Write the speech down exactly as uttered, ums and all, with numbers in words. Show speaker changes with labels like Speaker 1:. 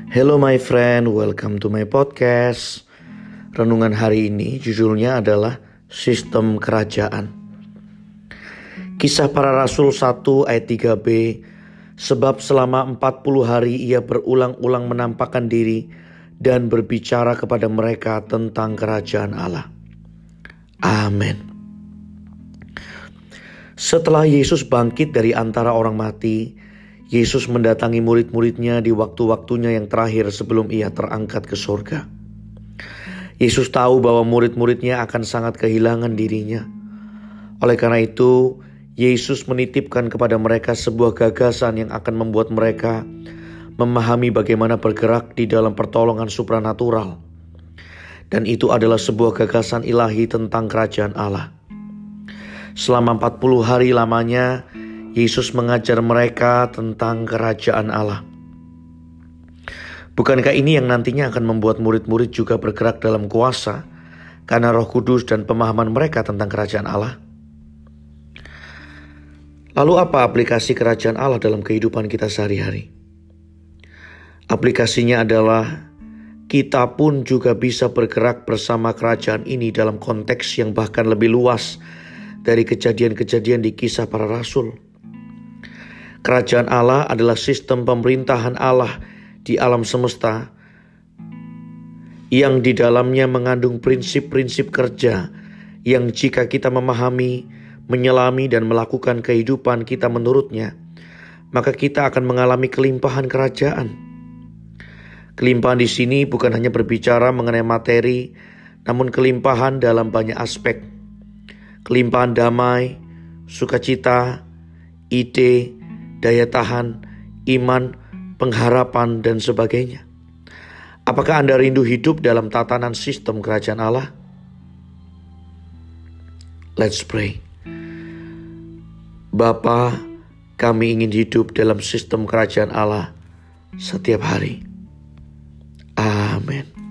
Speaker 1: Hello my friend, welcome to my podcast. Renungan hari ini judulnya adalah Sistem Kerajaan. Kisah Para Rasul satu ayat tiga b. Sebab selama empat puluh hari ia berulang-ulang menampakkan diri dan berbicara kepada mereka tentang kerajaan Allah. Amin. Setelah Yesus bangkit dari antara orang mati, Yesus mendatangi murid-muridnya di waktu-waktunya yang terakhir sebelum ia terangkat ke surga. Yesus tahu bahwa murid-muridnya akan sangat kehilangan dirinya. Oleh karena itu, Yesus menitipkan kepada mereka sebuah gagasan yang akan membuat mereka memahami bagaimana bergerak di dalam pertolongan supranatural. Dan itu adalah sebuah gagasan ilahi tentang kerajaan Allah. Selama empat puluh hari lamanya, Yesus mengajar mereka tentang kerajaan Allah. Bukankah ini yang nantinya akan membuat murid-murid juga bergerak dalam kuasa karena Roh Kudus dan pemahaman mereka tentang kerajaan Allah? Lalu apa aplikasi kerajaan Allah dalam kehidupan kita sehari-hari? Aplikasinya adalah kita pun juga bisa bergerak bersama kerajaan ini dalam konteks yang bahkan lebih luas dari kejadian-kejadian di Kisah Para Rasul. Kerajaan Allah adalah sistem pemerintahan Allah di alam semesta yang di dalamnya mengandung prinsip-prinsip kerja yang jika kita memahami, menyelami dan melakukan kehidupan kita menurutnya, maka kita akan mengalami kelimpahan kerajaan. Kelimpahan di sini bukan hanya berbicara mengenai materi, namun kelimpahan dalam banyak aspek. Kelimpahan damai, sukacita, ide, daya tahan, iman, pengharapan, dan sebagainya. Apakah Anda rindu hidup dalam tatanan sistem kerajaan Allah? Let's pray. Bapa, kami ingin hidup dalam sistem kerajaan Allah setiap hari. Amin.